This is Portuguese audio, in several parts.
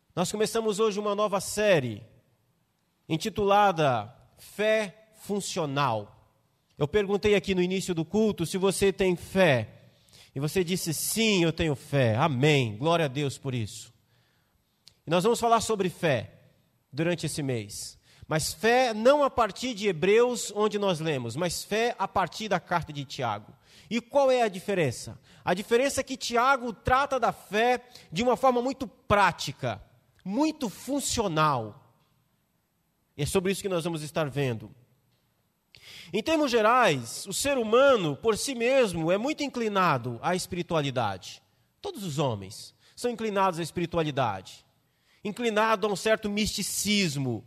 Nós começamos hoje uma nova série, intitulada Fé Funcional. Eu perguntei aqui no início do culto se você tem fé. E você disse, sim, eu tenho fé. Amém. Glória a Deus por isso. E nós vamos falar sobre fé durante esse mês. Mas fé não a partir de Hebreus, onde nós lemos, mas fé a partir da carta de Tiago. E qual é a diferença? A diferença é que Tiago trata da fé de uma forma muito prática, muito funcional. E é sobre isso que nós vamos estar vendo. Em termos gerais, o ser humano, por si mesmo, é muito inclinado à espiritualidade. Todos os homens são inclinados à espiritualidade, inclinados a um certo misticismo.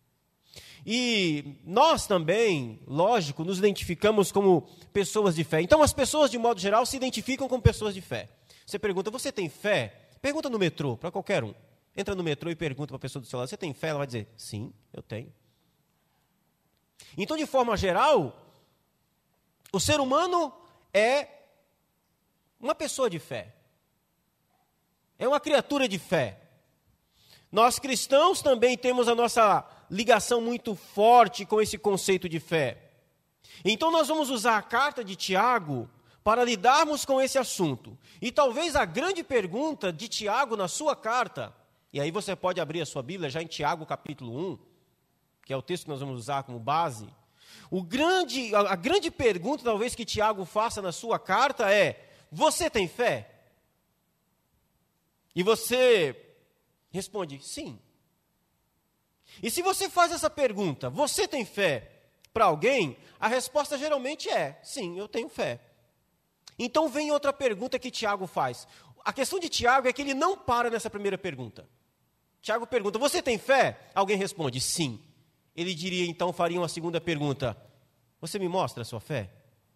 E nós também, lógico, nos identificamos como pessoas de fé. Então, as pessoas, de modo geral, se identificam como pessoas de fé. Você pergunta, você tem fé? Pergunta no metrô, para qualquer um. Entra no metrô e pergunta para a pessoa do seu lado, você tem fé? Ela vai dizer, sim, eu tenho. Então, de forma geral, o ser humano é uma pessoa de fé. É uma criatura de fé. Nós cristãos também temos a nossa ligação muito forte com esse conceito de fé. Então nós vamos usar a carta de Tiago para lidarmos com esse assunto. E talvez a grande pergunta de Tiago na sua carta, e aí você pode abrir a sua Bíblia já em Tiago capítulo 1, que é o texto que nós vamos usar como base. A grande pergunta talvez que Tiago faça na sua carta é, você tem fé? E você responde, sim. E se você faz essa pergunta, você tem fé para alguém? A resposta geralmente é, sim, eu tenho fé. Então vem outra pergunta que Tiago faz. A questão de Tiago é que ele não para nessa primeira pergunta. Tiago pergunta, você tem fé? Alguém responde, sim. Ele diria, então, faria uma segunda pergunta, você me mostra a sua fé?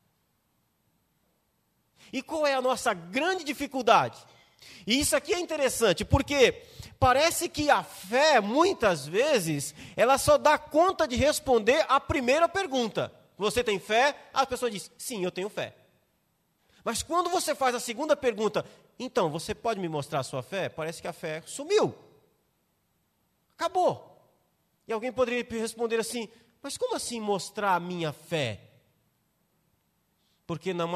E qual é a nossa grande dificuldade? E isso aqui é interessante, porque parece que a fé, muitas vezes, ela só dá conta de responder a primeira pergunta. Você tem fé? A pessoa diz, sim, eu tenho fé. Mas quando você faz a segunda pergunta, então, você pode me mostrar a sua fé? Parece que a fé sumiu. Acabou. E alguém poderia responder assim, mas como assim mostrar a minha fé? Porque para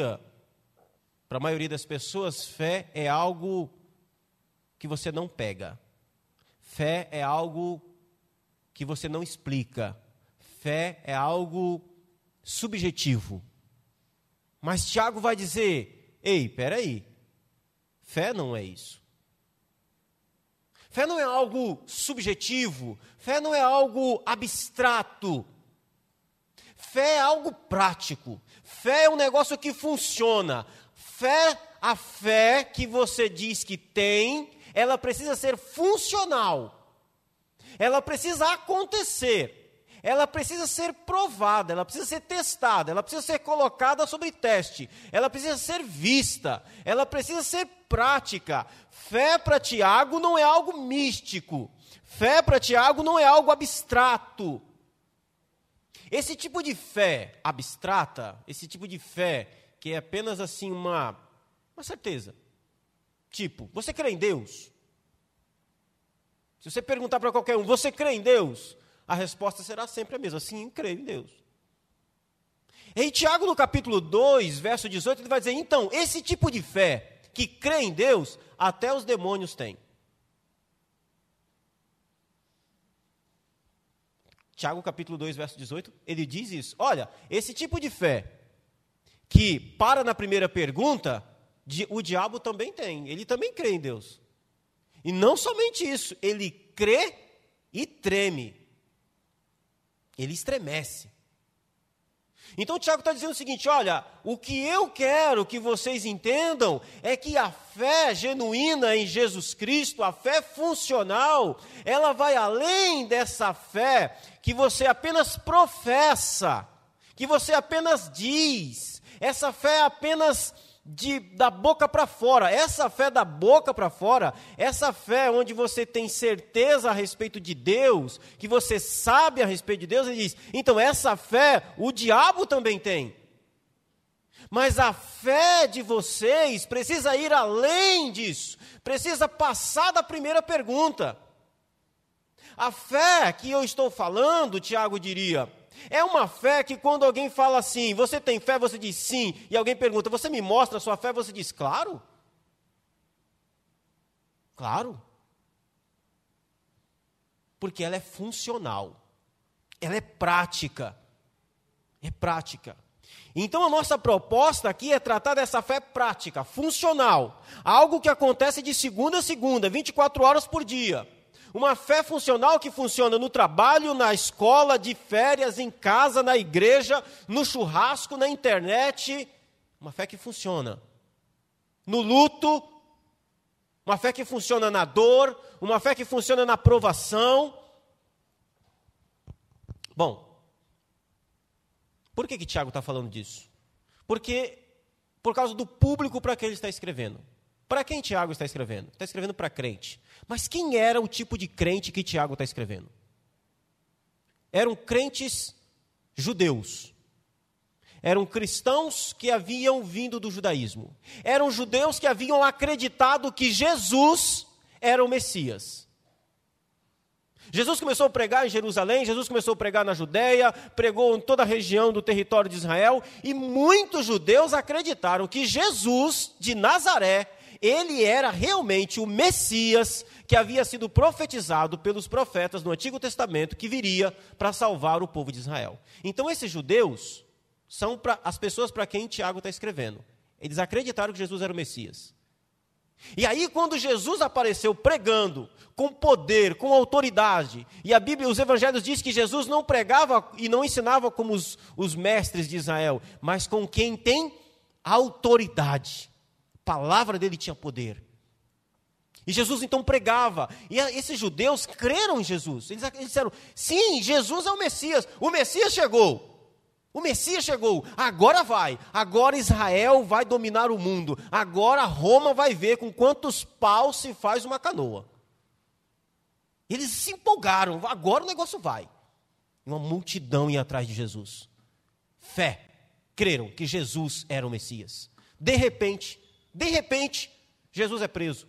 a maioria das pessoas, fé é algo que você não pega. Fé é algo que você não explica. Fé é algo subjetivo. Mas Tiago vai dizer, ei, peraí, fé não é isso. Fé não é algo subjetivo, fé não é algo abstrato. Fé é algo prático. Fé é um negócio que funciona. A fé que você diz que tem, ela precisa ser funcional. Ela precisa acontecer. Ela precisa ser provada, ela precisa ser testada, ela precisa ser colocada sobre teste. Ela precisa ser vista, ela precisa ser prática. Fé para Tiago não é algo místico. Fé para Tiago não é algo abstrato. Esse tipo de fé abstrata, esse tipo de fé que é apenas assim uma certeza. Tipo, você crê em Deus? Se você perguntar para qualquer um, você crê em Deus? A resposta será sempre a mesma, sim, creio em Deus. Em Tiago, no capítulo 2, verso 18, ele vai dizer, então, esse tipo de fé que crê em Deus, até os demônios têm. Tiago, capítulo 2, verso 18, ele diz isso. Olha, esse tipo de fé que para na primeira pergunta, o diabo também tem. Ele também crê em Deus. E não somente isso, ele crê e treme. Ele estremece. Então Tiago está dizendo o seguinte, olha, o que eu quero que vocês entendam é que a fé genuína em Jesus Cristo, a fé funcional, ela vai além dessa fé que você apenas professa, que você apenas diz. Essa fé é apenas da boca para fora. Essa fé da boca para fora, essa fé onde você tem certeza a respeito de Deus, que você sabe a respeito de Deus, ele diz, então essa fé o diabo também tem. Mas a fé de vocês precisa ir além disso, precisa passar da primeira pergunta. A fé que eu estou falando, Tiago diria, é uma fé que quando alguém fala assim, você tem fé, você diz sim, e alguém pergunta, você me mostra a sua fé, você diz, claro. Claro. Porque ela é funcional, ela é prática. É prática. Então a nossa proposta aqui é tratar dessa fé prática, funcional, algo que acontece de segunda a segunda, 24 horas por dia. Uma fé funcional que funciona no trabalho, na escola, de férias, em casa, na igreja, no churrasco, na internet. Uma fé que funciona no luto, uma fé que funciona na dor, uma fé que funciona na provação. Bom, por que Tiago está falando disso? Porque, por causa do público para quem ele está escrevendo. Para quem Tiago está escrevendo? Está escrevendo para crente. Mas quem era o tipo de crente que Tiago está escrevendo? Eram crentes judeus. Eram cristãos que haviam vindo do judaísmo. Eram judeus que haviam acreditado que Jesus era o Messias. Jesus começou a pregar em Jerusalém, Jesus começou a pregar na Judéia, pregou em toda a região do território de Israel, e muitos judeus acreditaram que Jesus de Nazaré, ele era realmente o Messias que havia sido profetizado pelos profetas no Antigo Testamento, que viria para salvar o povo de Israel. Então esses judeus são as pessoas para quem Tiago está escrevendo. Eles acreditaram que Jesus era o Messias. E aí, quando Jesus apareceu pregando com poder, com autoridade, e a Bíblia, os evangelhos dizem que Jesus não pregava e não ensinava como os mestres de Israel, mas com quem tem autoridade. A palavra dele tinha poder. E Jesus então pregava, e esses judeus creram em Jesus. Eles disseram, sim, Jesus é o Messias chegou. O Messias chegou, agora Israel vai dominar o mundo, agora Roma vai ver com quantos paus se faz uma canoa. Eles se empolgaram, agora o negócio vai. Uma multidão ia atrás de Jesus. Fé, creram que Jesus era o Messias. De repente, Jesus é preso.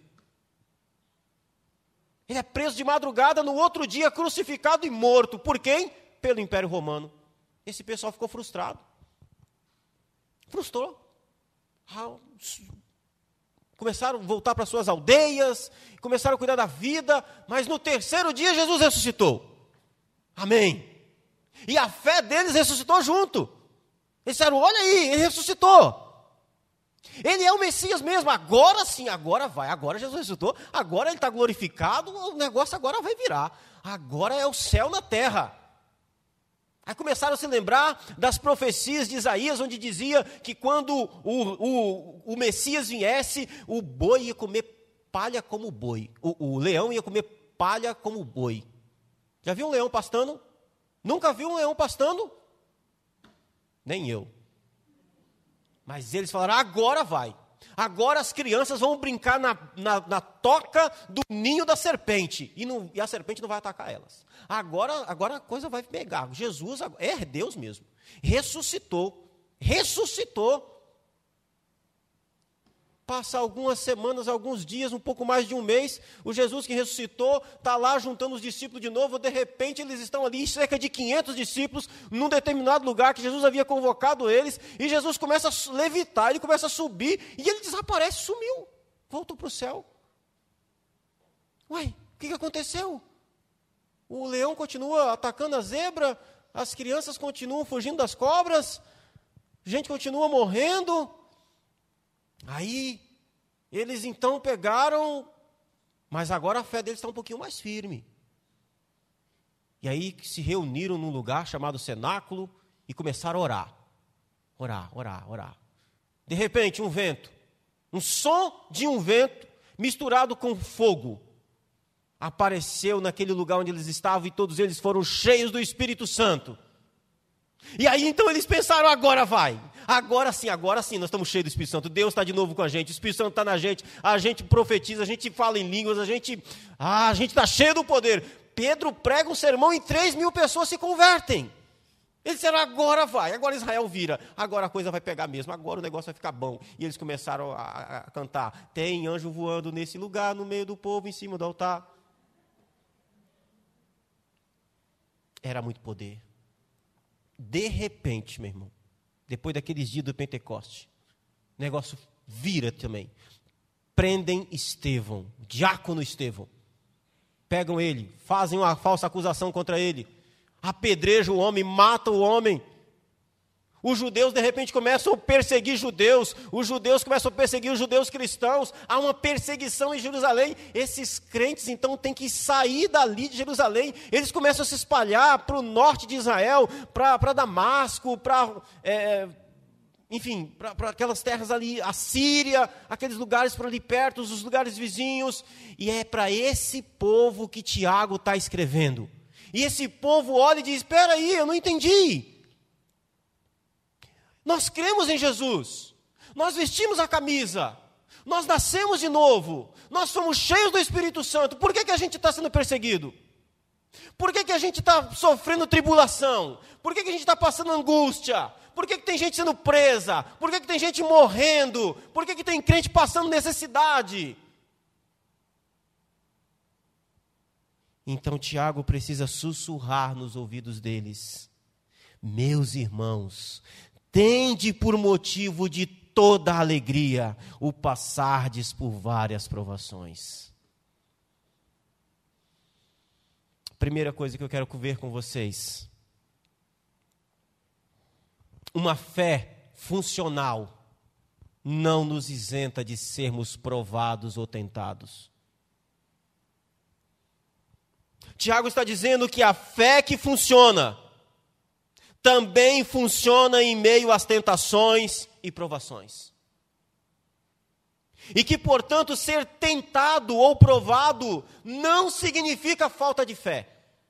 Ele é preso de madrugada, no outro dia crucificado e morto. Por quem? Pelo Império Romano. Esse pessoal ficou frustrado. Frustrou. Começaram a voltar para suas aldeias, começaram a cuidar da vida, mas no terceiro dia Jesus ressuscitou. Amém. E a fé deles ressuscitou junto. Eles disseram, olha aí, ele ressuscitou. Ele é o Messias mesmo, agora sim, agora vai. Agora Jesus ressuscitou, agora ele está glorificado, o negócio agora vai virar. Agora é o céu na terra. Aí começaram a se lembrar das profecias de Isaías, onde dizia que quando o Messias viesse, o boi ia comer palha como boi. O leão ia comer palha como boi. Já viu um leão pastando? Nunca viu um leão pastando? Nem eu. Mas eles falaram, agora vai. Agora as crianças vão brincar na toca do ninho da serpente. E a serpente não vai atacar elas. Agora a coisa vai pegar. Jesus é Deus mesmo. Ressuscitou. Passa algumas semanas, alguns dias, um pouco mais de um mês, o Jesus que ressuscitou está lá juntando os discípulos de novo. De repente eles estão ali, cerca de 500 discípulos, num determinado lugar que Jesus havia convocado eles, e Jesus começa a levitar, ele começa a subir, e ele desaparece, sumiu, voltou para o céu. Uai, o que aconteceu? O leão continua atacando a zebra, as crianças continuam fugindo das cobras, gente continua morrendo. Aí, eles então pegaram, mas agora a fé deles está um pouquinho mais firme. E aí se reuniram num lugar chamado cenáculo e começaram a orar. Orar. De repente, um vento, um som de um vento misturado com fogo, apareceu naquele lugar onde eles estavam e todos eles foram cheios do Espírito Santo. E aí então eles pensaram, agora vai. Agora sim, nós estamos cheios do Espírito Santo. Deus está de novo com a gente, o Espírito Santo está na gente, a gente profetiza, a gente fala em línguas, a gente está cheio do poder. Pedro prega um sermão e 3.000 pessoas se convertem. Eles disseram, agora vai, agora Israel vira, agora a coisa vai pegar mesmo, agora o negócio vai ficar bom. E eles começaram a cantar, tem anjo voando nesse lugar, no meio do povo, em cima do altar. Era muito poder. De repente, meu irmão, depois daqueles dias do Pentecoste, o negócio vira também. Prendem Estevão, diácono Estevão. Pegam ele, fazem uma falsa acusação contra ele. Apedrejam o homem, matam o homem. Os judeus, de repente, começam a perseguir judeus. Os judeus começam a perseguir os judeus cristãos. Há uma perseguição em Jerusalém. Esses crentes, então, têm que sair dali de Jerusalém. Eles começam a se espalhar para o norte de Israel, para Damasco, enfim, para aquelas terras ali, a Síria, aqueles lugares por ali perto, os lugares vizinhos. E é para esse povo que Tiago está escrevendo. E esse povo olha e diz, espera aí, eu não entendi. Nós cremos em Jesus, nós vestimos a camisa, nós nascemos de novo, nós somos cheios do Espírito Santo, por que a gente está sendo perseguido? Por que a gente está sofrendo tribulação? Por que a gente está passando angústia? Por que tem gente sendo presa? Por que tem gente morrendo? Por que tem crente passando necessidade? Então Tiago precisa sussurrar nos ouvidos deles, meus irmãos, tende por motivo de toda alegria o passardes por várias provações. Primeira coisa que eu quero ver com vocês. Uma fé funcional não nos isenta de sermos provados ou tentados. Tiago está dizendo que a fé que funciona também funciona em meio às tentações e provações. E que, portanto, ser tentado ou provado não significa falta de fé.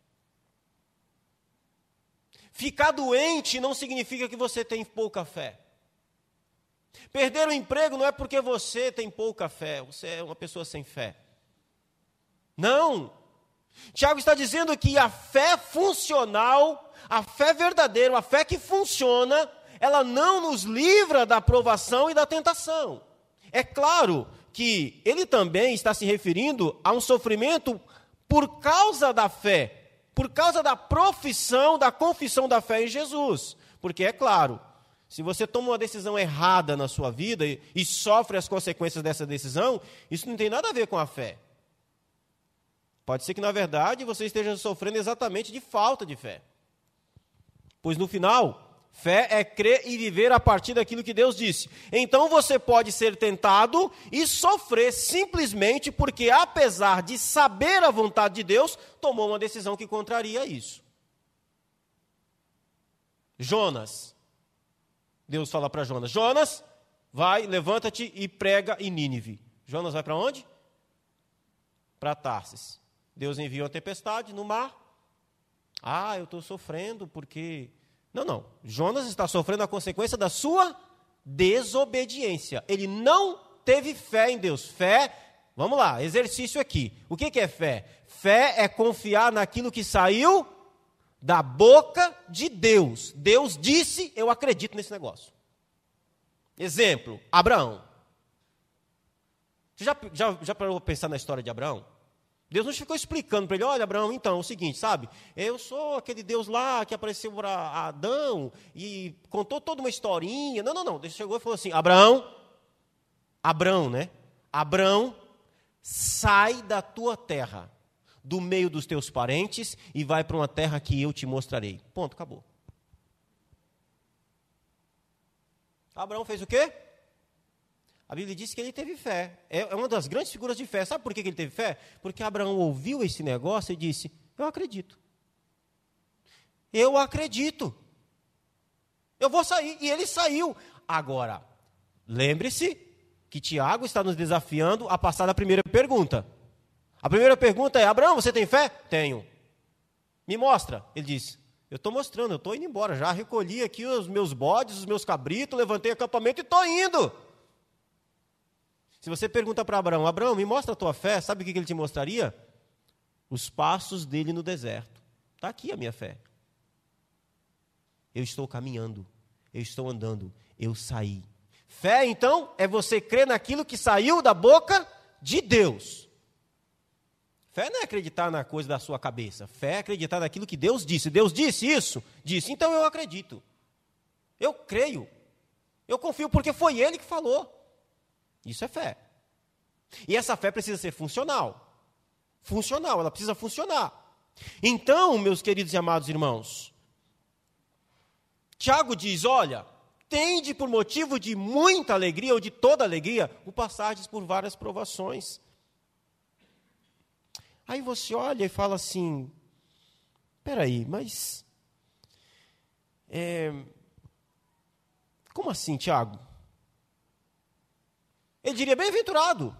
Ficar doente não significa que você tem pouca fé. Perder o emprego não é porque você tem pouca fé, você é uma pessoa sem fé. Não. Tiago está dizendo que a fé funcional, a fé verdadeira, a fé que funciona, ela não nos livra da provação e da tentação. É claro que ele também está se referindo a um sofrimento por causa da fé, por causa da profissão, da confissão da fé em Jesus. Porque é claro, se você toma uma decisão errada na sua vida e sofre as consequências dessa decisão, isso não tem nada a ver com a fé. Pode ser que, na verdade, você esteja sofrendo exatamente de falta de fé. Pois, no final, fé é crer e viver a partir daquilo que Deus disse. Então, você pode ser tentado e sofrer simplesmente porque, apesar de saber a vontade de Deus, tomou uma decisão que contraria isso. Jonas. Deus fala para Jonas, Jonas, vai, levanta-te e prega em Nínive. Jonas vai para onde? Para Tarsis. Deus envia uma tempestade no mar. Ah, eu estou sofrendo porque... Não. Jonas está sofrendo a consequência da sua desobediência. Ele não teve fé em Deus. Fé, vamos lá, exercício aqui. O que é fé? Fé é confiar naquilo que saiu da boca de Deus. Deus disse, eu acredito nesse negócio. Exemplo, Abraão. Você já parou para pensar na história de Abraão? Deus não ficou explicando para ele, olha, Abraão, então, é o seguinte, sabe? Eu sou aquele Deus lá que apareceu para Adão e contou toda uma historinha. Não. Deus chegou e falou assim, Abraão, né? Abraão, sai da tua terra, do meio dos teus parentes e vai para uma terra que eu te mostrarei. Ponto, acabou. Abraão fez o quê? A Bíblia diz que ele teve fé. É uma das grandes figuras de fé. Sabe por que ele teve fé? Porque Abraão ouviu esse negócio e disse, eu acredito. Eu acredito. Eu vou sair. E ele saiu. Agora, lembre-se que Tiago está nos desafiando a passar da primeira pergunta. A primeira pergunta é, Abraão, você tem fé? Tenho. Me mostra. Ele disse, eu estou mostrando, eu estou indo embora. Já recolhi aqui os meus bodes, os meus cabritos, levantei acampamento e estou indo. Se você pergunta para Abraão, Abraão, me mostra a tua fé, sabe o que ele te mostraria? Os passos dele no deserto. Está aqui a minha fé. eu estou caminhando, eu estou andando, eu saí. Fé, então, é você crer naquilo que saiu da boca de Deus. Fé não é acreditar na coisa da sua cabeça. Fé é acreditar naquilo que Deus disse. Deus disse isso? Disse. Então eu acredito. Eu creio. Eu confio porque foi Ele que falou. Isso é fé. E essa fé precisa ser funcional. Funcional, ela precisa funcionar. Então, meus queridos e amados irmãos, Tiago diz, olha, tende por motivo de muita alegria ou de toda alegria o passardes por várias provações. Aí você olha e fala assim, peraí, mas como assim, Tiago? Ele diria, bem-aventurado,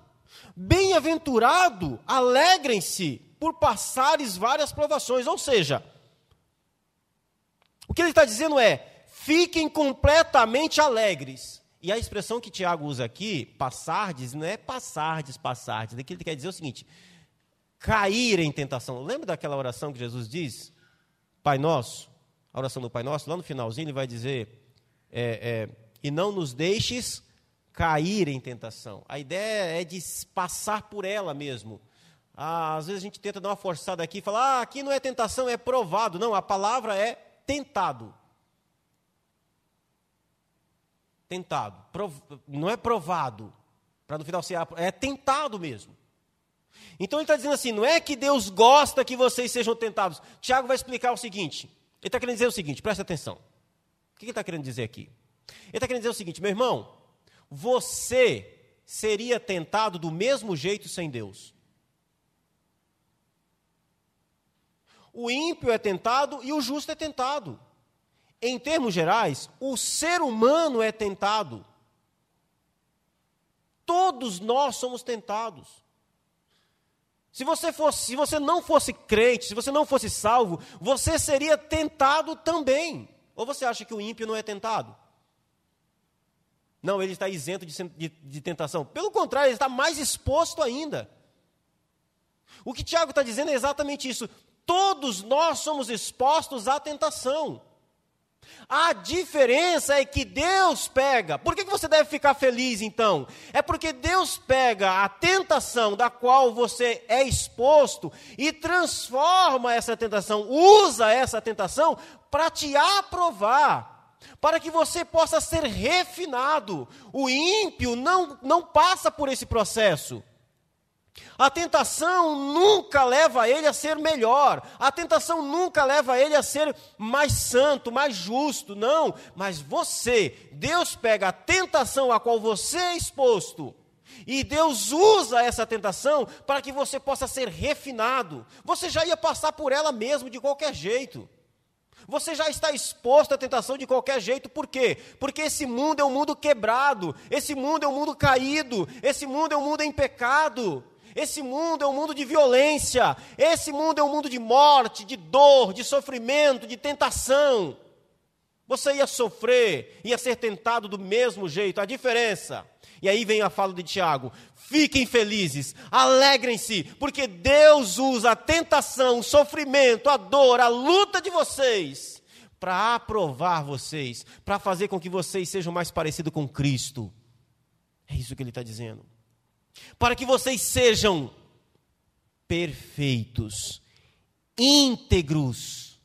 alegrem-se por passares várias provações. Ou seja, o que ele está dizendo é, fiquem completamente alegres. E a expressão que Tiago usa aqui, passardes, não é passardes. Aqui ele quer dizer o seguinte, cair em tentação. Lembra daquela oração que Jesus diz? Pai Nosso, a oração do Pai Nosso, lá no finalzinho ele vai dizer, e não nos deixes cair em tentação. A ideia é de passar por ela mesmo. Às vezes a gente tenta dar uma forçada aqui e falar, aqui não é tentação, é provado. Não, a palavra é tentado. Tentado. Não é provado, para no final ser, é tentado mesmo. Então ele está dizendo assim, não é que Deus gosta que vocês sejam tentados. Tiago vai explicar o seguinte, ele está querendo dizer o seguinte, presta atenção. O que ele está querendo dizer aqui? Ele está querendo dizer o seguinte, meu irmão, você seria tentado do mesmo jeito sem Deus. O ímpio é tentado e o justo é tentado. Em termos gerais, o ser humano é tentado. Todos nós somos tentados. Se você não fosse crente, se você não fosse salvo, você seria tentado também. Ou você acha que o ímpio não é tentado? Não, ele está isento de tentação. Pelo contrário, ele está mais exposto ainda. O que Tiago está dizendo é exatamente isso. Todos nós somos expostos à tentação. A diferença é que Deus pega. Por que você deve ficar feliz, então? É porque Deus pega a tentação da qual você é exposto e transforma essa tentação, usa essa tentação para te aprovar. Para que você possa ser refinado. O ímpio não passa por esse processo. A tentação nunca leva ele a ser melhor. A tentação nunca leva ele a ser mais santo, mais justo. Não, mas Deus pega a tentação a qual você é exposto. E Deus usa essa tentação para que você possa ser refinado. Você já ia passar por ela mesmo de qualquer jeito. Você já está exposto à tentação de qualquer jeito, por quê? Porque esse mundo é um mundo quebrado, esse mundo é um mundo caído, esse mundo é um mundo em pecado, esse mundo é um mundo de violência, esse mundo é um mundo de morte, de dor, de sofrimento, de tentação. Você ia sofrer, ia ser tentado do mesmo jeito, a diferença. E aí vem a fala de Tiago, fiquem felizes, alegrem-se, porque Deus usa a tentação, o sofrimento, a dor, a luta de vocês, para aprovar vocês, para fazer com que vocês sejam mais parecidos com Cristo. É isso que ele está dizendo. Para que vocês sejam perfeitos, íntegros.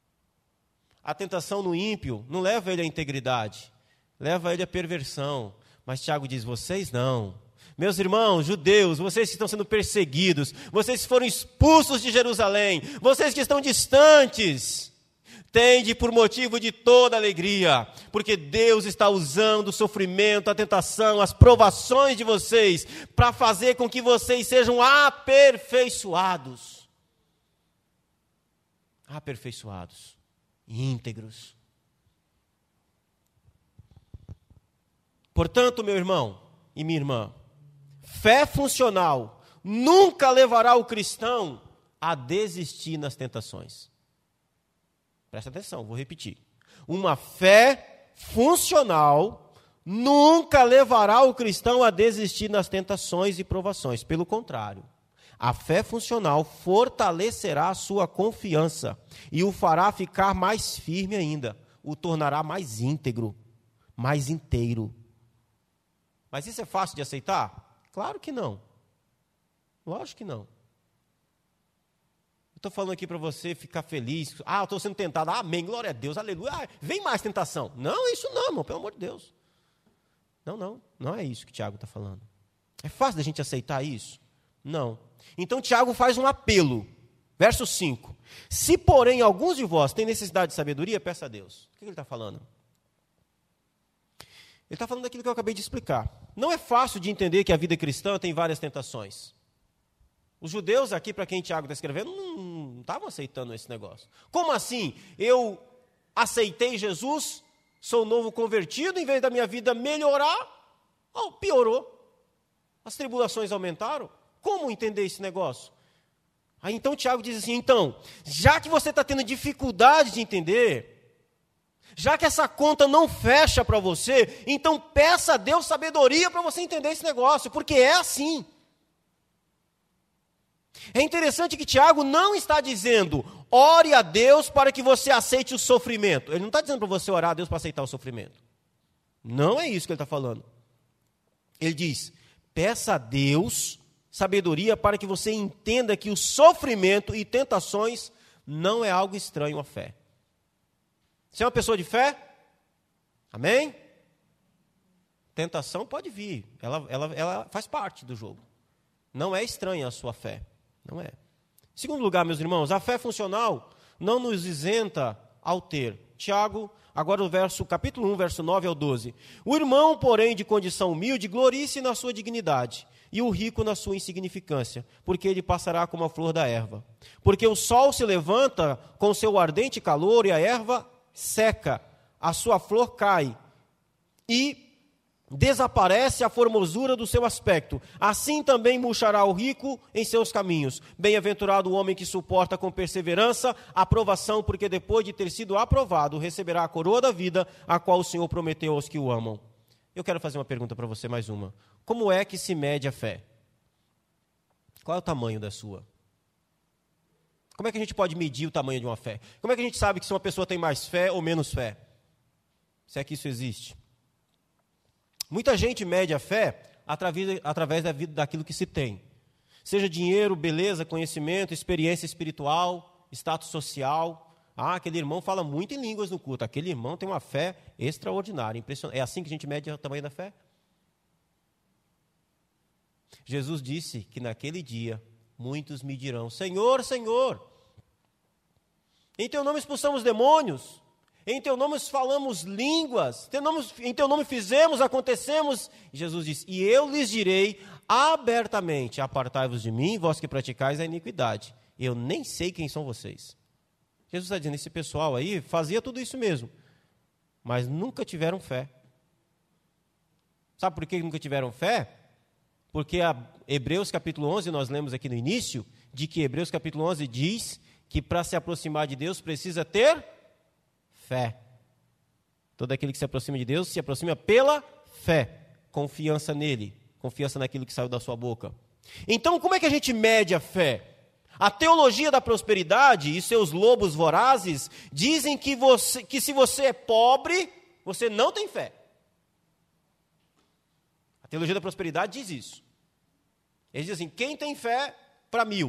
A tentação no ímpio não leva ele à integridade, leva ele à perversão. Mas Tiago diz, vocês não. Meus irmãos, judeus, vocês que estão sendo perseguidos, vocês que foram expulsos de Jerusalém, vocês que estão distantes, tende por motivo de toda alegria, porque Deus está usando o sofrimento, a tentação, as provações de vocês, para fazer com que vocês sejam aperfeiçoados. Aperfeiçoados, íntegros. Portanto, meu irmão e minha irmã, fé funcional nunca levará o cristão a desistir nas tentações. Presta atenção, vou repetir. Uma fé funcional nunca levará o cristão a desistir nas tentações e provações. Pelo contrário, a fé funcional fortalecerá a sua confiança e o fará ficar mais firme ainda. o tornará mais íntegro, mais inteiro. Mas isso é fácil de aceitar? Claro que não. Lógico que não. Eu estou falando aqui para você ficar feliz. Eu estou sendo tentado. Amém, glória a Deus, aleluia. Vem mais tentação. Não, isso não, irmão, pelo amor de Deus. Não é isso que Tiago está falando. É fácil da gente aceitar isso? Não. Então Tiago faz um apelo. Verso 5. Se, porém, alguns de vós têm necessidade de sabedoria, peça a Deus. O que ele está falando? Ele está falando daquilo que eu acabei de explicar. Não é fácil de entender que a vida cristã tem várias tentações. Os judeus aqui, para quem Tiago está escrevendo, não estavam aceitando esse negócio. Como assim? Eu aceitei Jesus, sou novo convertido, em vez da minha vida melhorar, piorou. As tribulações aumentaram. Como entender esse negócio? Aí então Tiago diz assim, já que você está tendo dificuldade de entender, já que essa conta não fecha para você, então peça a Deus sabedoria para você entender esse negócio, porque é assim. É interessante que Tiago não está dizendo, ore a Deus para que você aceite o sofrimento. Ele não está dizendo para você orar a Deus para aceitar o sofrimento. Não é isso que ele está falando. Ele diz, peça a Deus sabedoria para que você entenda que o sofrimento e tentações não é algo estranho à fé. Você é uma pessoa de fé? Amém? Tentação pode vir, ela faz parte do jogo. Não é estranha a sua fé. Não é. Em segundo lugar, meus irmãos, a fé funcional não nos isenta ao ter. Tiago, agora o capítulo 1, verso 9 ao 12. O irmão, porém, de condição humilde, glorie-se na sua dignidade, e o rico na sua insignificância, porque ele passará como a flor da erva. Porque o sol se levanta com seu ardente calor, e a erva seca, a sua flor cai, e desaparece a formosura do seu aspecto. Assim também murchará o rico em seus caminhos. Bem-aventurado o homem que suporta com perseverança a aprovação, porque depois de ter sido aprovado, receberá a coroa da vida, a qual o Senhor prometeu aos que o amam. Eu quero fazer uma pergunta para você, mais uma. Como é que se mede a fé? Qual é o tamanho da sua? Como é que a gente pode medir o tamanho de uma fé? Como é que a gente sabe que se uma pessoa tem mais fé ou menos fé? Se é que isso existe. Muita gente mede a fé através da vida daquilo que se tem. Seja dinheiro, beleza, conhecimento, experiência espiritual, status social. Aquele irmão fala muito em línguas no culto. Aquele irmão tem uma fé extraordinária, impressionante. É assim que a gente mede o tamanho da fé? Jesus disse que naquele dia muitos me dirão, Senhor, Senhor, em teu nome expulsamos demônios, em teu nome falamos línguas, em teu nome fizemos, acontecemos. E Jesus disse, e eu lhes direi abertamente, apartai-vos de mim, vós que praticais a iniquidade. Eu nem sei quem são vocês. Jesus está dizendo, esse pessoal aí fazia tudo isso mesmo, mas nunca tiveram fé. Sabe por que nunca tiveram fé? Porque Hebreus capítulo 11, nós lemos aqui no início, de que Hebreus capítulo 11 diz que para se aproximar de Deus precisa ter fé. Todo aquele que se aproxima de Deus se aproxima pela fé, confiança nele, confiança naquilo que saiu da sua boca. Então, como é que a gente mede a fé? A teologia da prosperidade e seus lobos vorazes dizem que se você é pobre, você não tem fé. A teologia da prosperidade diz isso. Eles dizem assim, quem tem fé para 1000?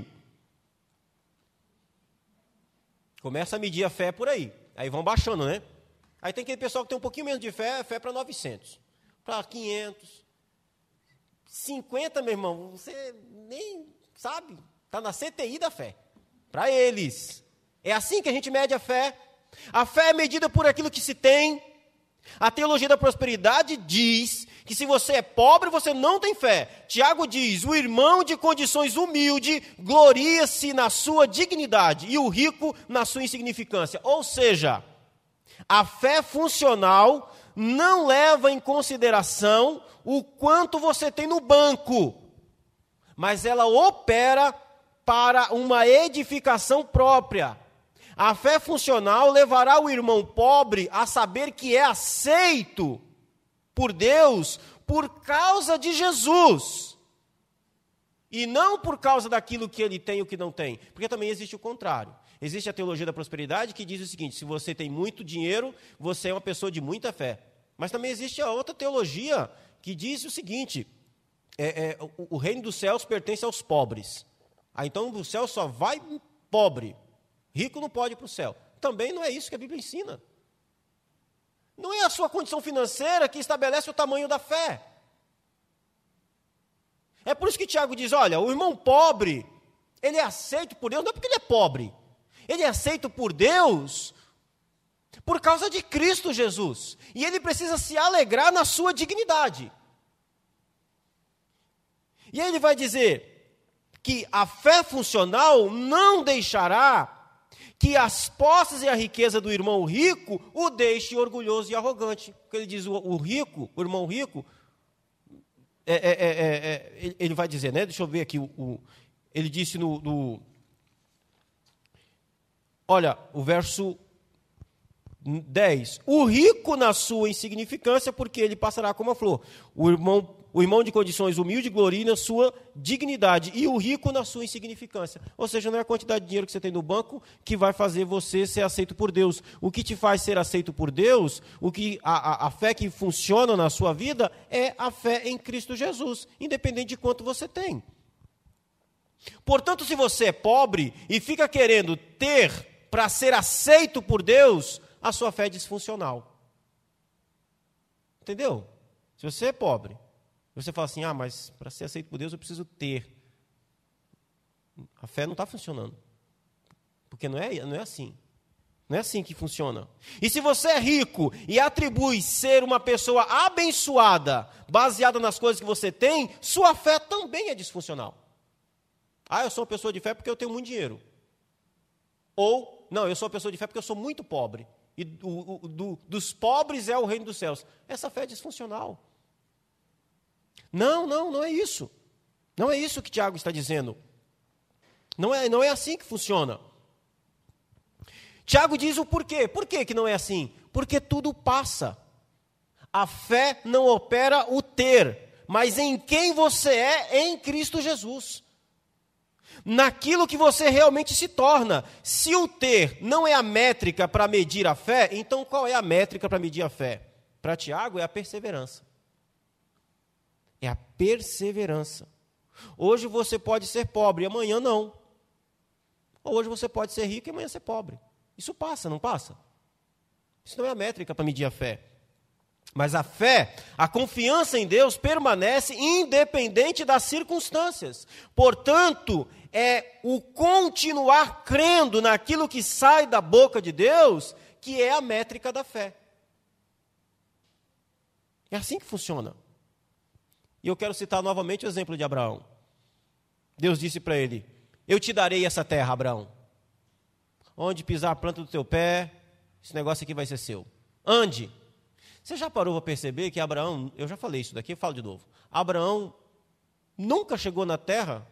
Começa a medir a fé por aí. Aí vão baixando, né? Aí tem aquele pessoal que tem um pouquinho menos de fé para 900, para 500. 50, meu irmão, você nem sabe, está na CTI da fé. Para eles. É assim que a gente mede a fé. A fé é medida por aquilo que se tem. A teologia da prosperidade diz que se você é pobre, você não tem fé. Tiago diz, o irmão de condições humilde gloria-se na sua dignidade e o rico na sua insignificância. Ou seja, a fé funcional não leva em consideração o quanto você tem no banco, mas ela opera para uma edificação própria. A fé funcional levará o irmão pobre a saber que é aceito por Deus por causa de Jesus. E não por causa daquilo que ele tem ou que não tem. Porque também existe o contrário. Existe a teologia da prosperidade que diz o seguinte: se você tem muito dinheiro, você é uma pessoa de muita fé. Mas também existe a outra teologia que diz o seguinte: o reino dos céus pertence aos pobres. Então o céu só vai pobre. Rico não pode ir para o céu. Também não é isso que a Bíblia ensina. Não é a sua condição financeira que estabelece o tamanho da fé. É por isso que Tiago diz, olha, o irmão pobre, ele é aceito por Deus, não é porque ele é pobre. Ele é aceito por Deus por causa de Cristo Jesus. E ele precisa se alegrar na sua dignidade. E aí ele vai dizer que a fé funcional não deixará que as posses e a riqueza do irmão rico o deixe orgulhoso e arrogante. Porque ele diz, o irmão rico, ele vai dizer, né? Deixa eu ver aqui, ele disse olha, o verso 10. O rico na sua insignificância, porque ele passará como a flor. O irmão de condições humildes gloria na sua dignidade, e o rico na sua insignificância. Ou seja, não é a quantidade de dinheiro que você tem no banco que vai fazer você ser aceito por Deus. O que te faz ser aceito por Deus, a fé que funciona na sua vida, é a fé em Cristo Jesus, independente de quanto você tem. Portanto, se você é pobre e fica querendo ter para ser aceito por Deus, a sua fé é disfuncional. Entendeu? Se você é pobre, você fala assim, mas para ser aceito por Deus eu preciso ter. A fé não está funcionando. Porque não é assim. Não é assim que funciona. E se você é rico e atribui ser uma pessoa abençoada, baseada nas coisas que você tem, sua fé também é disfuncional. Eu sou uma pessoa de fé porque eu tenho muito dinheiro. Ou, não, eu sou uma pessoa de fé porque eu sou muito pobre. E dos pobres é o reino dos céus. Essa fé é disfuncional. Não é isso. Não é isso que Tiago está dizendo. Não é assim que funciona. Tiago diz o porquê. Por que não é assim? Porque tudo passa. A fé não opera o ter, mas em quem você é em Cristo Jesus. Naquilo que você realmente se torna. Se o ter não é a métrica para medir a fé, então qual é a métrica para medir a fé? Para Tiago é a perseverança. É a perseverança. Hoje você pode ser pobre, amanhã não. Ou hoje você pode ser rico e amanhã ser pobre. Isso passa, não passa? Isso não é a métrica para medir a fé. Mas a fé, a confiança em Deus permanece independente das circunstâncias. Portanto, é o continuar crendo naquilo que sai da boca de Deus que é a métrica da fé. É assim que funciona. E eu quero citar novamente o exemplo de Abraão. Deus disse para ele, eu te darei essa terra, Abraão. Onde pisar a planta do teu pé, esse negócio aqui vai ser seu. Ande. Você já parou para perceber que Abraão, eu já falei isso daqui, eu falo de novo. Abraão nunca chegou na terra.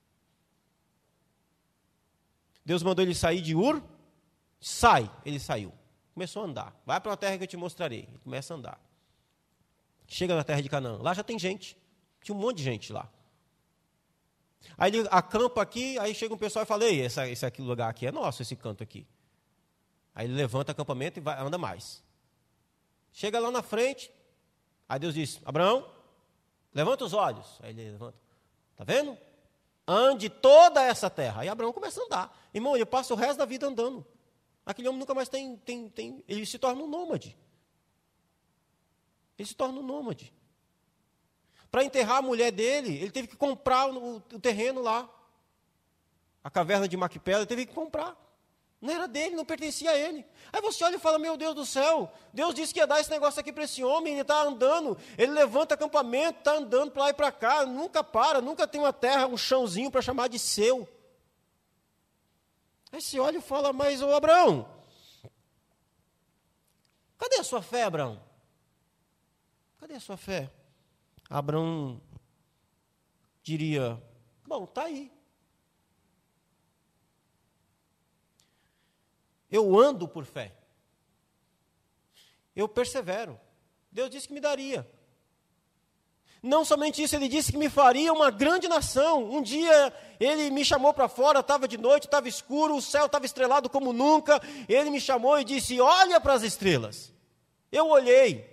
Deus mandou ele sair de Ur, ele saiu. Começou a andar. Vai para uma terra que eu te mostrarei. Ele começa a andar. Chega na terra de Canaã. Lá já tem gente. Tinha um monte de gente lá. Aí ele acampa aqui, aí chega um pessoal e fala, ei, esse lugar aqui é nosso, esse canto aqui. Aí ele levanta o acampamento e anda mais. Chega lá na frente, aí Deus diz, Abraão, levanta os olhos. Aí ele levanta. Está vendo? Ande toda essa terra. Aí Abraão começa a andar. Irmão, ele passa o resto da vida andando. Aquele homem nunca mais ele se torna um nômade. Ele se torna um nômade. Para enterrar a mulher dele, ele teve que comprar o terreno lá. A caverna de Macpela, ele teve que comprar. Não era dele, não pertencia a ele. Aí você olha e fala, meu Deus do céu, Deus disse que ia dar esse negócio aqui para esse homem, ele está andando, ele levanta acampamento, está andando para lá e para cá, nunca para, nunca tem uma terra, um chãozinho para chamar de seu. Aí você olha e fala, mas ô Abraão, cadê a sua fé, Abraão? Cadê a sua fé? Abraão diria, bom, está aí. Eu ando por fé. Eu persevero. Deus disse que me daria. Não somente isso, ele disse que me faria uma grande nação. Um dia ele me chamou para fora, estava de noite, estava escuro, o céu estava estrelado como nunca. Ele me chamou e disse: olha para as estrelas. Eu olhei.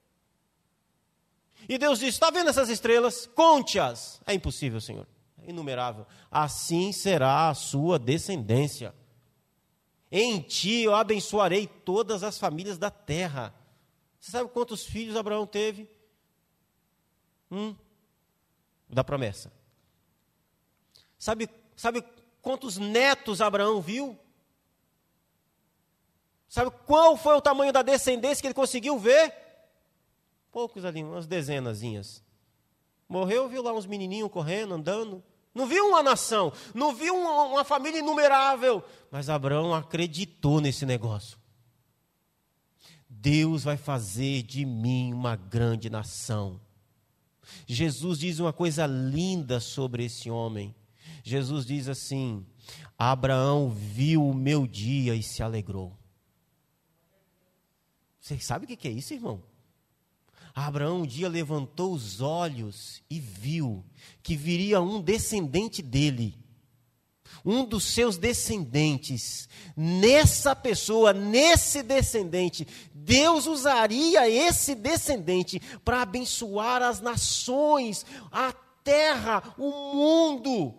E Deus disse: está vendo essas estrelas? Conte-as. É impossível, Senhor. É inumerável. Assim será a sua descendência. Em ti eu abençoarei todas as famílias da terra. Você sabe quantos filhos Abraão teve? Da promessa. Sabe quantos netos Abraão viu? Sabe qual foi o tamanho da descendência que ele conseguiu ver? Poucos ali, umas dezenazinhas. Morreu, viu lá uns menininhos correndo, andando. Não viu uma nação, não viu uma família inumerável. Mas Abraão acreditou nesse negócio. Deus vai fazer de mim uma grande nação. Jesus diz uma coisa linda sobre esse homem. Jesus diz assim: Abraão viu o meu dia e se alegrou. Você sabe o que é isso, irmão? Abraão um dia levantou os olhos e viu que viria um descendente dele. Um dos seus descendentes. Nessa pessoa, nesse descendente, Deus usaria esse descendente para abençoar as nações, a terra, o mundo.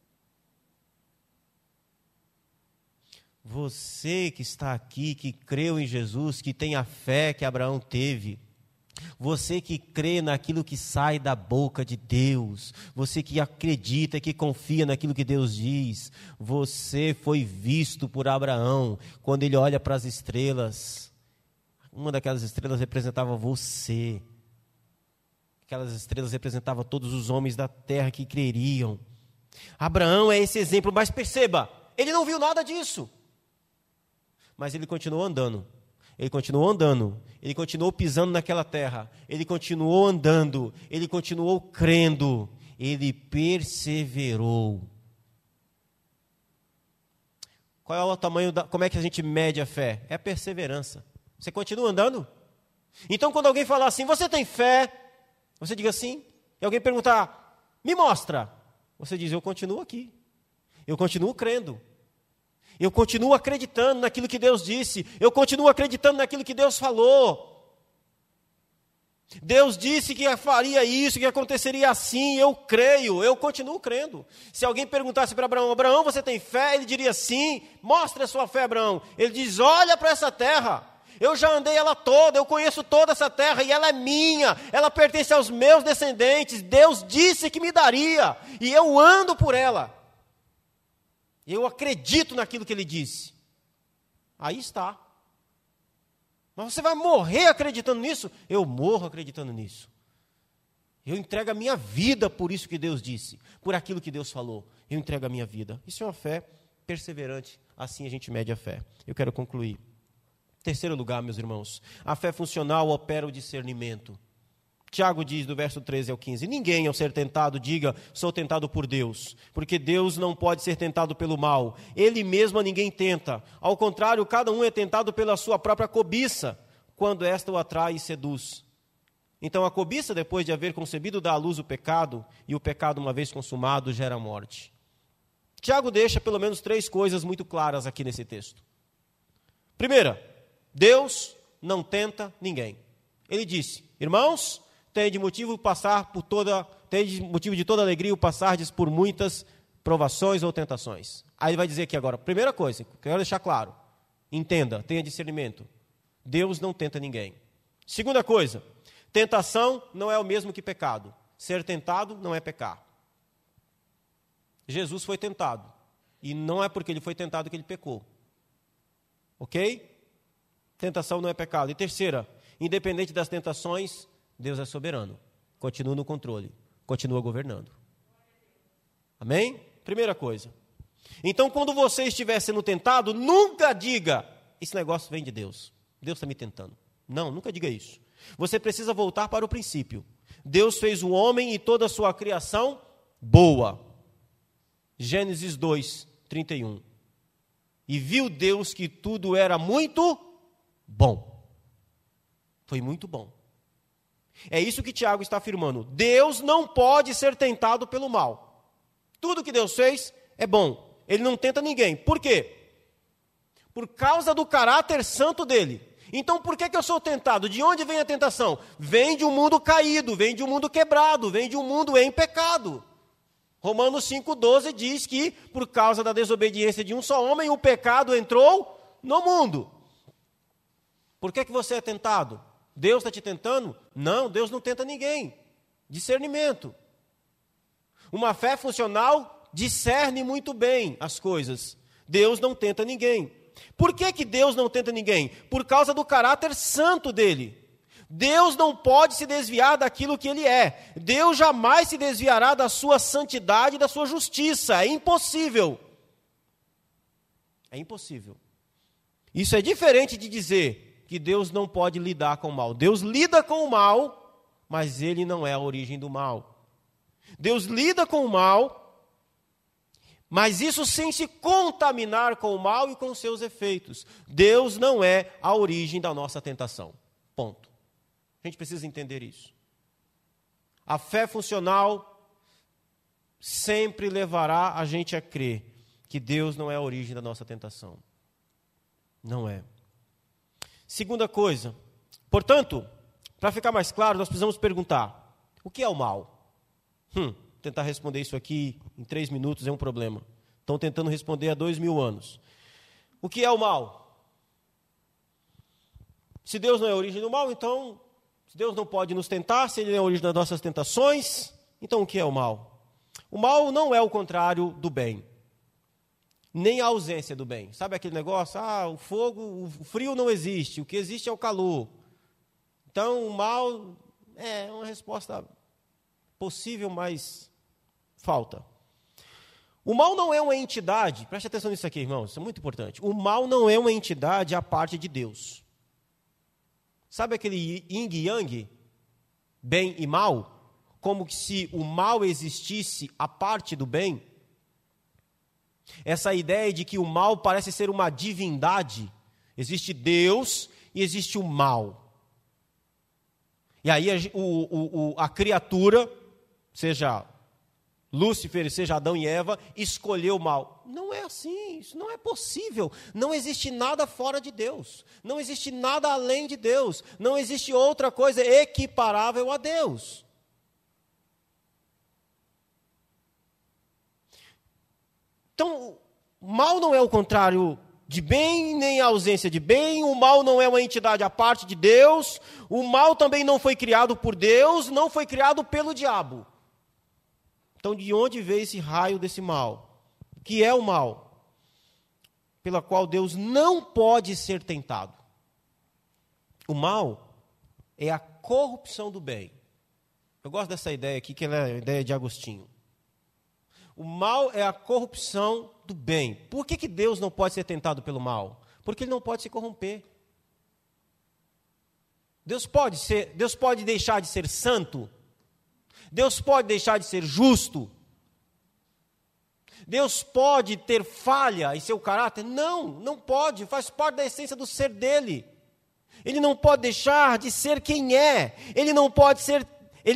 Você que está aqui, que creu em Jesus, que tem a fé que Abraão teve, você que crê naquilo que sai da boca de Deus, você que acredita, que confia naquilo que Deus diz, você foi visto por Abraão quando ele olha para as estrelas. Uma daquelas estrelas representava você. Aquelas estrelas representavam todos os homens da terra que creriam. Abraão é esse exemplo, mas perceba, ele não viu nada disso. Mas ele continuou andando. Ele continuou andando, ele continuou pisando naquela terra, ele continuou andando, ele continuou crendo, ele perseverou. Qual é o tamanho como é que a gente mede a fé? É a perseverança. Você continua andando? Então quando alguém falar assim, você tem fé? Você diga sim. E alguém perguntar, me mostra. Você diz, eu continuo aqui, eu continuo crendo. Eu continuo acreditando naquilo que Deus disse. Eu continuo acreditando naquilo que Deus falou. Deus disse que faria isso, que aconteceria assim. Eu creio, eu continuo crendo. Se alguém perguntasse para Abraão, Abraão, você tem fé? Ele diria sim. Mostre a sua fé, Abraão. Ele diz, olha para essa terra. Eu já andei ela toda, eu conheço toda essa terra e ela é minha. Ela pertence aos meus descendentes. Deus disse que me daria e eu ando por ela. Eu acredito naquilo que ele disse. Aí está. Mas você vai morrer acreditando nisso? Eu morro acreditando nisso. Eu entrego a minha vida por isso que Deus disse, por aquilo que Deus falou. Eu entrego a minha vida. Isso é uma fé perseverante. Assim a gente mede a fé. Eu quero concluir. Terceiro lugar, meus irmãos. A fé funcional opera o discernimento. Tiago diz, do verso 13 ao 15, ninguém ao ser tentado diga, sou tentado por Deus, porque Deus não pode ser tentado pelo mal, Ele mesmo a ninguém tenta, ao contrário, cada um é tentado pela sua própria cobiça, quando esta o atrai e seduz. Então a cobiça, depois de haver concebido, dá à luz o pecado, e o pecado, uma vez consumado, gera morte. Tiago deixa pelo menos 3 coisas muito claras aqui nesse texto. Primeira, Deus não tenta ninguém. Ele disse, irmãos, tem de motivo de toda alegria o passardes por muitas provações ou tentações. Aí ele vai dizer aqui agora, primeira coisa, quero deixar claro, entenda, tenha discernimento. Deus não tenta ninguém. Segunda coisa, tentação não é o mesmo que pecado. Ser tentado não é pecar. Jesus foi tentado. E não é porque ele foi tentado que ele pecou. Ok? Tentação não é pecado. E terceira, independente das tentações, Deus é soberano, continua no controle, continua governando. Amém? Primeira coisa. Então, quando você estiver sendo tentado, nunca diga, esse negócio vem de Deus, Deus está me tentando. Não, nunca diga isso. Você precisa voltar para o princípio. Deus fez o homem e toda a sua criação boa. Gênesis 2, 31. E viu Deus que tudo era muito bom. Foi muito bom. É isso que Tiago está afirmando. Deus não pode ser tentado pelo mal. Tudo que Deus fez é bom. Ele não tenta ninguém. Por quê? Por causa do caráter santo dele. Então, por que eu sou tentado? De onde vem a tentação? Vem de um mundo caído, vem de um mundo quebrado, vem de um mundo em pecado. Romanos 5,12 diz que, por causa da desobediência de um só homem, o pecado entrou no mundo. Por que você é tentado? Deus está te tentando? Não, Deus não tenta ninguém. Discernimento. Uma fé funcional discerne muito bem as coisas. Deus não tenta ninguém. Por que Deus não tenta ninguém? Por causa do caráter santo dele. Deus não pode se desviar daquilo que ele é. Deus jamais se desviará da sua santidade e da sua justiça. É impossível. É impossível. Isso é diferente de dizer que Deus não pode lidar com o mal. Deus lida com o mal, mas ele não é a origem do mal. Deus lida com o mal, mas isso sem se contaminar com o mal e com seus efeitos. Deus não é a origem da nossa tentação. Ponto. A gente precisa entender isso. A fé funcional sempre levará a gente a crer que Deus não é a origem da nossa tentação. Não é. Segunda coisa. Portanto, para ficar mais claro, nós precisamos perguntar: o que é o mal? Tentar responder isso aqui em 3 minutos é um problema. Estão tentando responder há 2000 anos. O que é o mal? Se Deus não é a origem do mal, então, se Deus não pode nos tentar, se Ele não é a origem das nossas tentações, então o que é o mal? O mal não é o contrário do bem, nem a ausência do bem. Sabe aquele negócio? O fogo, o frio não existe, o que existe é o calor. Então, o mal é uma resposta possível, mas falta. O mal não é uma entidade, preste atenção nisso aqui, irmãos, isso é muito importante. O mal não é uma entidade à parte de Deus. Sabe aquele yin e yang, bem e mal? Como se o mal existisse à parte do bem? Essa ideia de que o mal parece ser uma divindade. Existe Deus e existe o mal. E aí a criatura, seja Lúcifer, seja Adão e Eva, escolheu o mal. Não é assim, isso não é possível. Não existe nada fora de Deus. Não existe nada além de Deus. Não existe outra coisa equiparável a Deus. Então, o mal não é o contrário de bem, nem a ausência de bem. O mal não é uma entidade à parte de Deus. O mal também não foi criado por Deus, não foi criado pelo diabo. Então, de onde veio esse raio desse mal? O que é o mal? Pela qual Deus não pode ser tentado. O mal é a corrupção do bem. Eu gosto dessa ideia aqui, que ela é a ideia de Agostinho. O mal é a corrupção do bem. Por que Deus não pode ser tentado pelo mal? Porque ele não pode se corromper. Deus pode deixar de ser santo? Deus pode deixar de ser justo? Deus pode ter falha em seu caráter? Não, não pode, faz parte da essência do ser dele. Ele não pode deixar de ser quem é. Ele não pode ser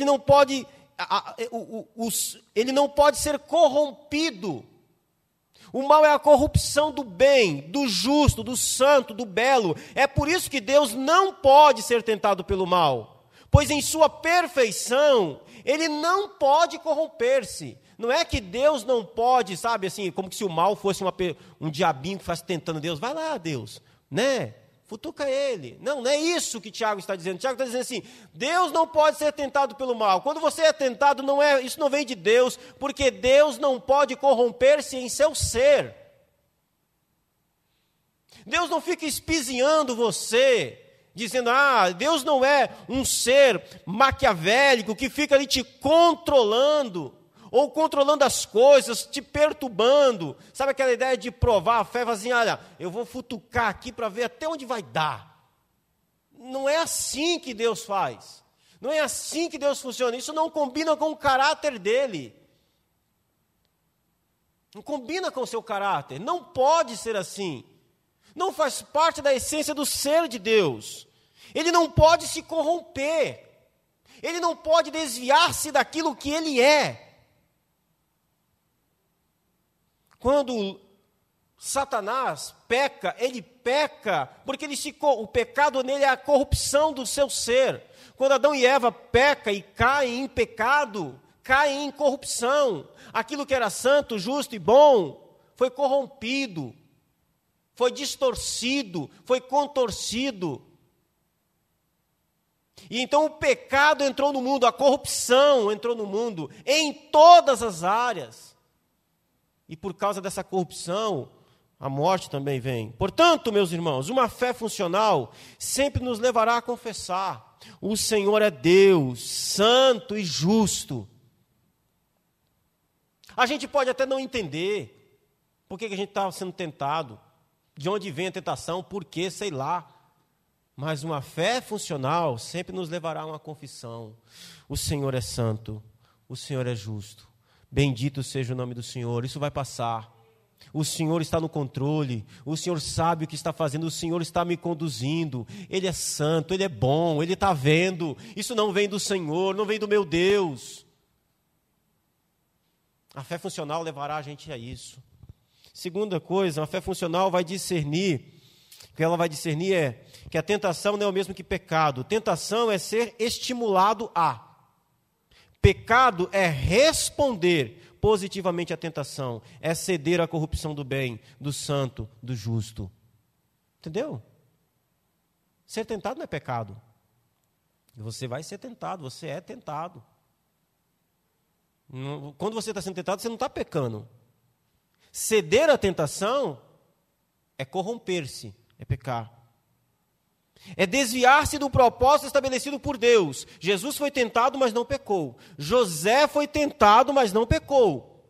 corrompido. O mal é a corrupção do bem, do justo, do santo, do belo. É por isso que Deus não pode ser tentado pelo mal, pois em sua perfeição ele não pode corromper-se. Não é que Deus não pode, sabe, assim, como se o mal fosse um diabinho que fosse tentando Deus. Vai lá, Deus, né? Futuca ele. Não é isso que Tiago está dizendo. Tiago está dizendo assim: Deus não pode ser tentado pelo mal. Quando você é tentado, isso não vem de Deus, porque Deus não pode corromper-se em seu ser. Deus não fica espizinhando você, dizendo: Deus não é um ser maquiavélico que fica ali te controlando, ou controlando as coisas, te perturbando. Sabe aquela ideia de provar a fé, assim, olha, eu vou futucar aqui para ver até onde vai dar. Não é assim que Deus faz. Não é assim que Deus funciona. Isso não combina com o caráter dele. Não combina com o seu caráter. Não pode ser assim. Não faz parte da essência do ser de Deus. Ele não pode se corromper. Ele não pode desviar-se daquilo que ele é. Quando Satanás peca, ele peca porque o pecado nele é a corrupção do seu ser. Quando Adão e Eva pecam e caem em pecado, caem em corrupção. Aquilo que era santo, justo e bom foi corrompido, foi distorcido, foi contorcido. E então o pecado entrou no mundo, a corrupção entrou no mundo, em todas as áreas. E por causa dessa corrupção, a morte também vem. Portanto, meus irmãos, uma fé funcional sempre nos levará a confessar: o Senhor é Deus, santo e justo. A gente pode até não entender por que a gente está sendo tentado, de onde vem a tentação, por quê, sei lá. Mas uma fé funcional sempre nos levará a uma confissão: o Senhor é santo, o Senhor é justo. Bendito seja o nome do Senhor. Isso vai passar. O Senhor está no controle, o Senhor sabe o que está fazendo, o Senhor está me conduzindo. Ele é santo, Ele é bom, Ele está vendo. Isso não vem do Senhor, não vem do meu Deus. A fé funcional levará a gente a isso. Segunda coisa, a fé funcional vai discernir. O que ela vai discernir é que a tentação não é o mesmo que pecado. Tentação é ser estimulado a. Pecado é responder positivamente à tentação, é ceder à corrupção do bem, do santo, do justo. Entendeu? Ser tentado não é pecado. Você vai ser tentado, você é tentado. Quando você está sendo tentado, você não está pecando. Ceder à tentação é corromper-se, é pecar. É desviar-se do propósito estabelecido por Deus. Jesus foi tentado, mas não pecou. José foi tentado, mas não pecou.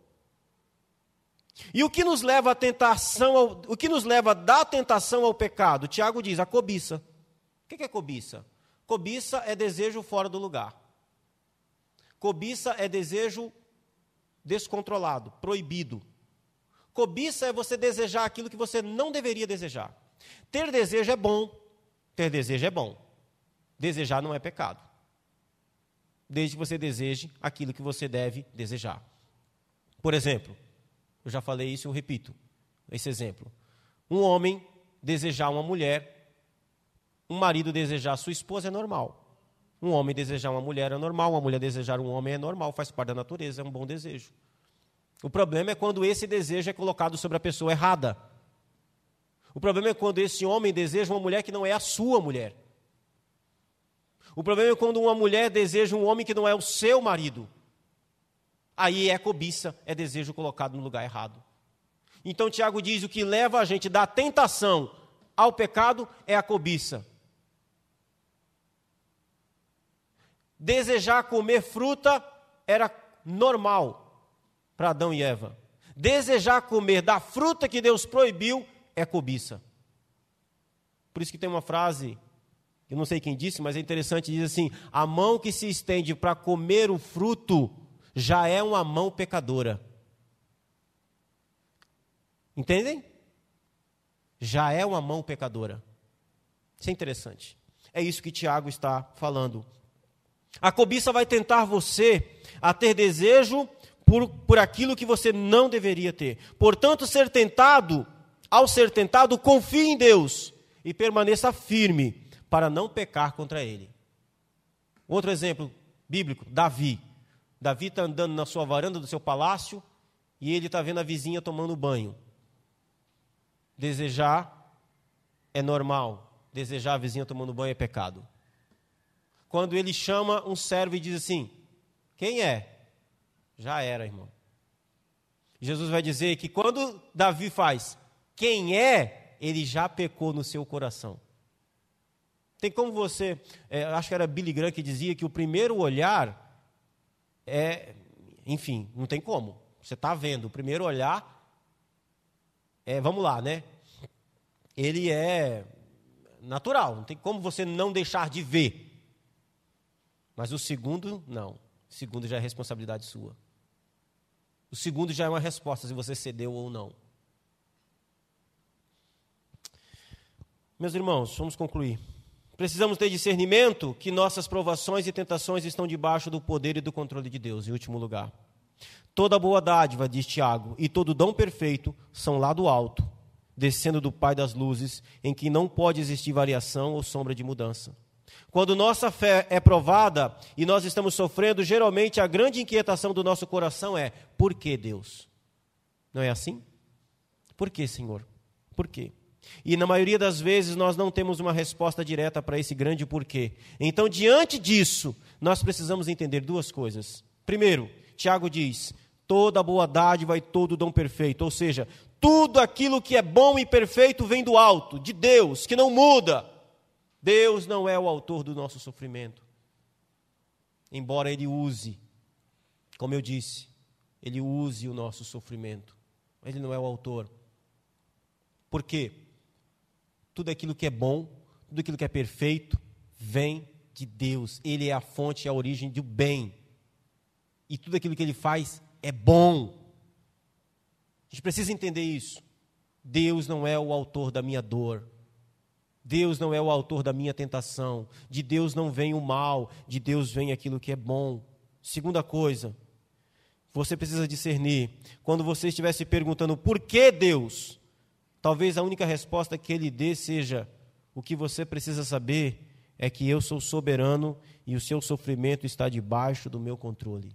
E o que nos leva à tentação, o que nos leva da tentação ao pecado? Tiago diz: a cobiça. O que é cobiça? Cobiça é desejo fora do lugar. Cobiça é desejo descontrolado, proibido. Cobiça é você desejar aquilo que você não deveria desejar. Ter desejo é bom. Ter desejo é bom. Desejar não é pecado. Desde que você deseje aquilo que você deve desejar. Por exemplo, eu já falei isso e eu repito esse exemplo. Um homem desejar uma mulher, um marido desejar sua esposa é normal. Um homem desejar uma mulher é normal, uma mulher desejar um homem é normal, faz parte da natureza, é um bom desejo. O problema é quando esse desejo é colocado sobre a pessoa errada. O problema é quando esse homem deseja uma mulher que não é a sua mulher. O problema é quando uma mulher deseja um homem que não é o seu marido. Aí é cobiça, é desejo colocado no lugar errado. Então Tiago diz: o que leva a gente da tentação ao pecado é a cobiça. Desejar comer fruta era normal para Adão e Eva. Desejar comer da fruta que Deus proibiu é cobiça. Por isso que tem uma frase, eu não sei quem disse, mas é interessante, diz assim: a mão que se estende para comer o fruto já é uma mão pecadora. Entendem? Já é uma mão pecadora. Isso é interessante. É isso que Tiago está falando. A cobiça vai tentar você a ter desejo por aquilo que você não deveria ter. Portanto, ao ser tentado, confie em Deus e permaneça firme para não pecar contra Ele. Outro exemplo bíblico, Davi. Davi está andando na sua varanda do seu palácio e ele está vendo a vizinha tomando banho. Desejar é normal. Desejar a vizinha tomando banho é pecado. Quando ele chama um servo e diz assim: quem é? Já era, irmão. Jesus vai dizer que quando Davi faz quem é, ele já pecou no seu coração. Tem como você, acho que era Billy Graham que dizia que o primeiro olhar enfim, não tem como. Você está vendo, o primeiro olhar vamos lá, né? Ele é natural, não tem como você não deixar de ver. Mas o segundo, não. O segundo já é responsabilidade sua. O segundo já é uma resposta se você cedeu ou não. Meus irmãos, vamos concluir. precisamos ter discernimento que nossas provações e tentações estão debaixo do poder e do controle de Deus. Em último lugar, toda boa dádiva, diz Tiago, e todo dom perfeito são lá do alto, descendo do Pai das luzes, em que não pode existir variação ou sombra de mudança. Quando nossa fé é provada e nós estamos sofrendo, geralmente a grande inquietação do nosso coração é: por que, Deus? Não é assim? Por que, Senhor? Por quê? E na maioria das vezes nós não temos uma resposta direta para esse grande porquê. Então, diante disso, nós precisamos entender duas coisas. Primeiro, Tiago diz: toda boa dádiva e todo dom perfeito, ou seja, tudo aquilo que é bom e perfeito vem do alto, de Deus, que não muda. Deus não é o autor do nosso sofrimento. Embora Ele use, como eu disse, Ele use o nosso sofrimento. Ele não é o autor. Por quê? Tudo aquilo que é bom, tudo aquilo que é perfeito, vem de Deus. Ele é a fonte e a origem do bem. E tudo aquilo que Ele faz é bom. A gente precisa entender isso. Deus não é o autor da minha dor. Deus não é o autor da minha tentação. De Deus não vem o mal, de Deus vem aquilo que é bom. Segunda coisa, você precisa discernir. Quando você estiver se perguntando por que Deus, talvez a única resposta que Ele dê seja: o que você precisa saber é que eu sou soberano e o seu sofrimento está debaixo do meu controle.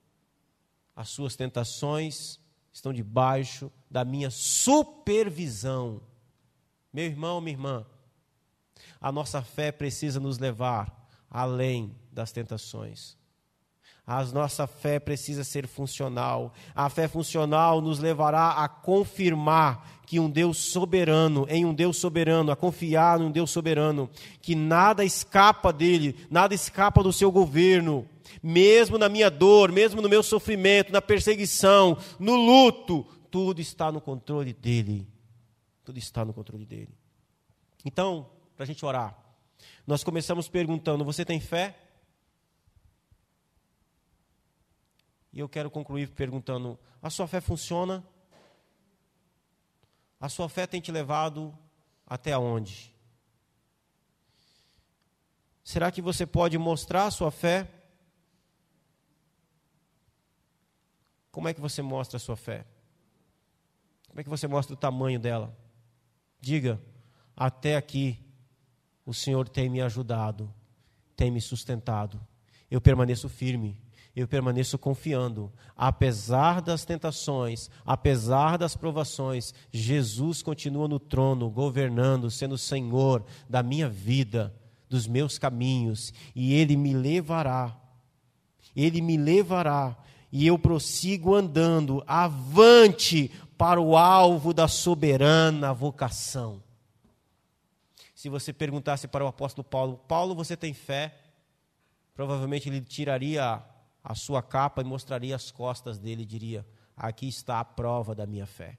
As suas tentações estão debaixo da minha supervisão. Meu irmão, minha irmã, a nossa fé precisa nos levar além das tentações. A nossa fé precisa ser funcional. A fé funcional nos levará a confirmar que um Deus soberano, a confiar num Deus soberano, que nada escapa dele, nada escapa do seu governo. Mesmo na minha dor, mesmo no meu sofrimento, na perseguição, no luto, tudo está no controle dele. Tudo está no controle dele. Então, para a gente orar, nós começamos perguntando: você tem fé? E eu quero concluir perguntando: a sua fé funciona? A sua fé tem te levado até onde? Será que você pode mostrar a sua fé? Como é que você mostra a sua fé? Como é que você mostra o tamanho dela? Diga: até aqui o Senhor tem me ajudado, tem me sustentado. Eu permaneço firme, eu permaneço confiando. Apesar das tentações, apesar das provações, Jesus continua no trono, governando, sendo Senhor da minha vida, dos meus caminhos. E Ele me levará, e eu prossigo andando avante para o alvo da soberana vocação. Se você perguntasse para o apóstolo Paulo: Paulo, você tem fé? Provavelmente ele tiraria a sua capa e mostraria as costas dele e diria: aqui está a prova da minha fé.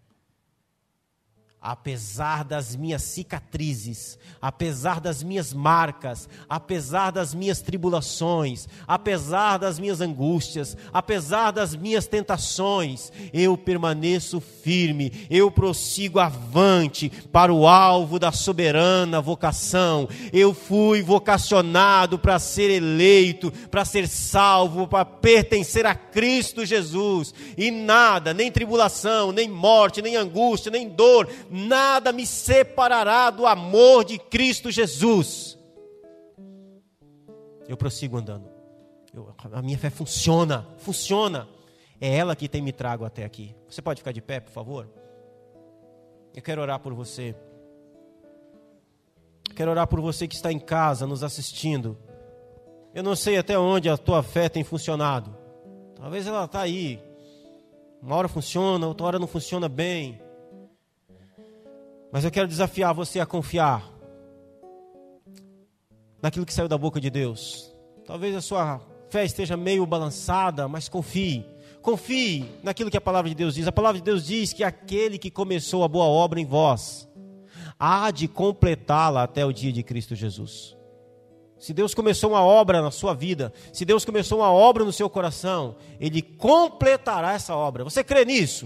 Apesar das minhas cicatrizes, apesar das minhas marcas, apesar das minhas tribulações, apesar das minhas angústias, apesar das minhas tentações, eu permaneço firme, eu prossigo avante para o alvo da soberana vocação. Eu fui vocacionado para ser eleito, para ser salvo, para pertencer a Cristo Jesus. E nada, nem tribulação, nem morte, nem angústia, nem dor, nada me separará do amor de Cristo Jesus. Eu prossigo andando. A minha fé funciona. É ela que tem me trago até aqui. Você pode ficar de pé, por favor? Eu quero orar por você. Quero orar por você que está em casa, nos assistindo. Eu não sei até onde a tua fé tem funcionado. Talvez ela está aí. Uma hora funciona, outra hora não funciona bem. Mas eu quero desafiar você a confiar naquilo que saiu da boca de Deus. Talvez a sua fé esteja meio balançada, mas confie. Confie naquilo que a palavra de Deus diz. A palavra de Deus diz que aquele que começou a boa obra em vós há de completá-la até o dia de Cristo Jesus. Se Deus começou uma obra na sua vida, se Deus começou uma obra no seu coração, Ele completará essa obra. Você crê nisso?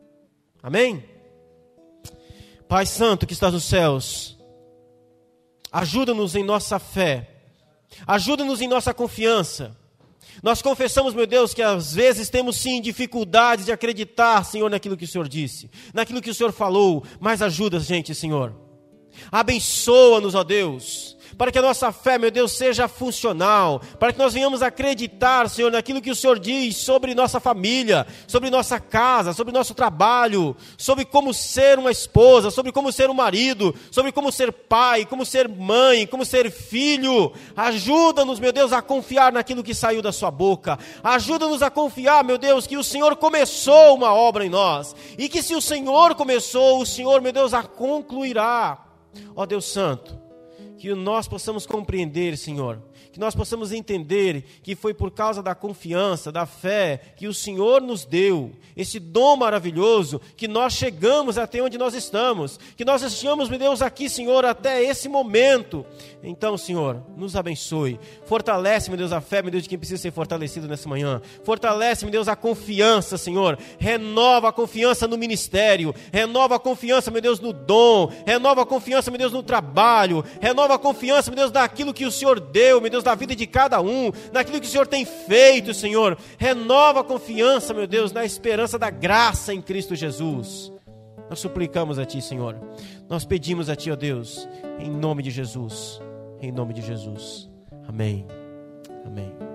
Amém? Pai Santo que estás nos céus, Ajuda-nos em nossa fé. Ajuda-nos em nossa confiança. Nós confessamos, meu Deus, que às vezes temos sim dificuldades de acreditar, Senhor, naquilo que o Senhor disse, naquilo que o Senhor falou, mas ajuda a gente, Senhor. Abençoa-nos, ó Deus, para que a nossa fé, meu Deus, seja funcional, para que nós venhamos acreditar, Senhor, naquilo que o Senhor diz sobre nossa família, sobre nossa casa, sobre nosso trabalho, sobre como ser uma esposa, sobre como ser um marido, sobre como ser pai, como ser mãe, como ser filho. Ajuda-nos, meu Deus, a confiar naquilo que saiu da sua boca. Ajuda-nos a confiar, meu Deus, que o Senhor começou uma obra em nós, e que se o Senhor começou, o Senhor, meu Deus, a concluirá. Ó Deus Santo, que nós possamos compreender, Senhor, que nós possamos entender que foi por causa da confiança, da fé que o Senhor nos deu, esse dom maravilhoso, que nós chegamos até onde nós estamos, que nós estamos, meu Deus, aqui, Senhor, até esse momento. Então, Senhor, nos abençoe, fortalece, meu Deus, a fé, meu Deus, de quem precisa ser fortalecido nessa manhã, fortalece, meu Deus, a confiança, Senhor, renova a confiança no ministério, renova a confiança, meu Deus, no dom, renova a confiança, meu Deus, no trabalho, renova a confiança, meu Deus, naquilo que o Senhor deu, meu Deus, da vida de cada um, naquilo que o Senhor tem feito, Senhor. Renova a confiança, meu Deus, na esperança da graça em Cristo Jesus. Nós suplicamos a Ti, Senhor. Nós pedimos a Ti, ó Deus, em nome de Jesus. Em nome de Jesus. Amém. Amém.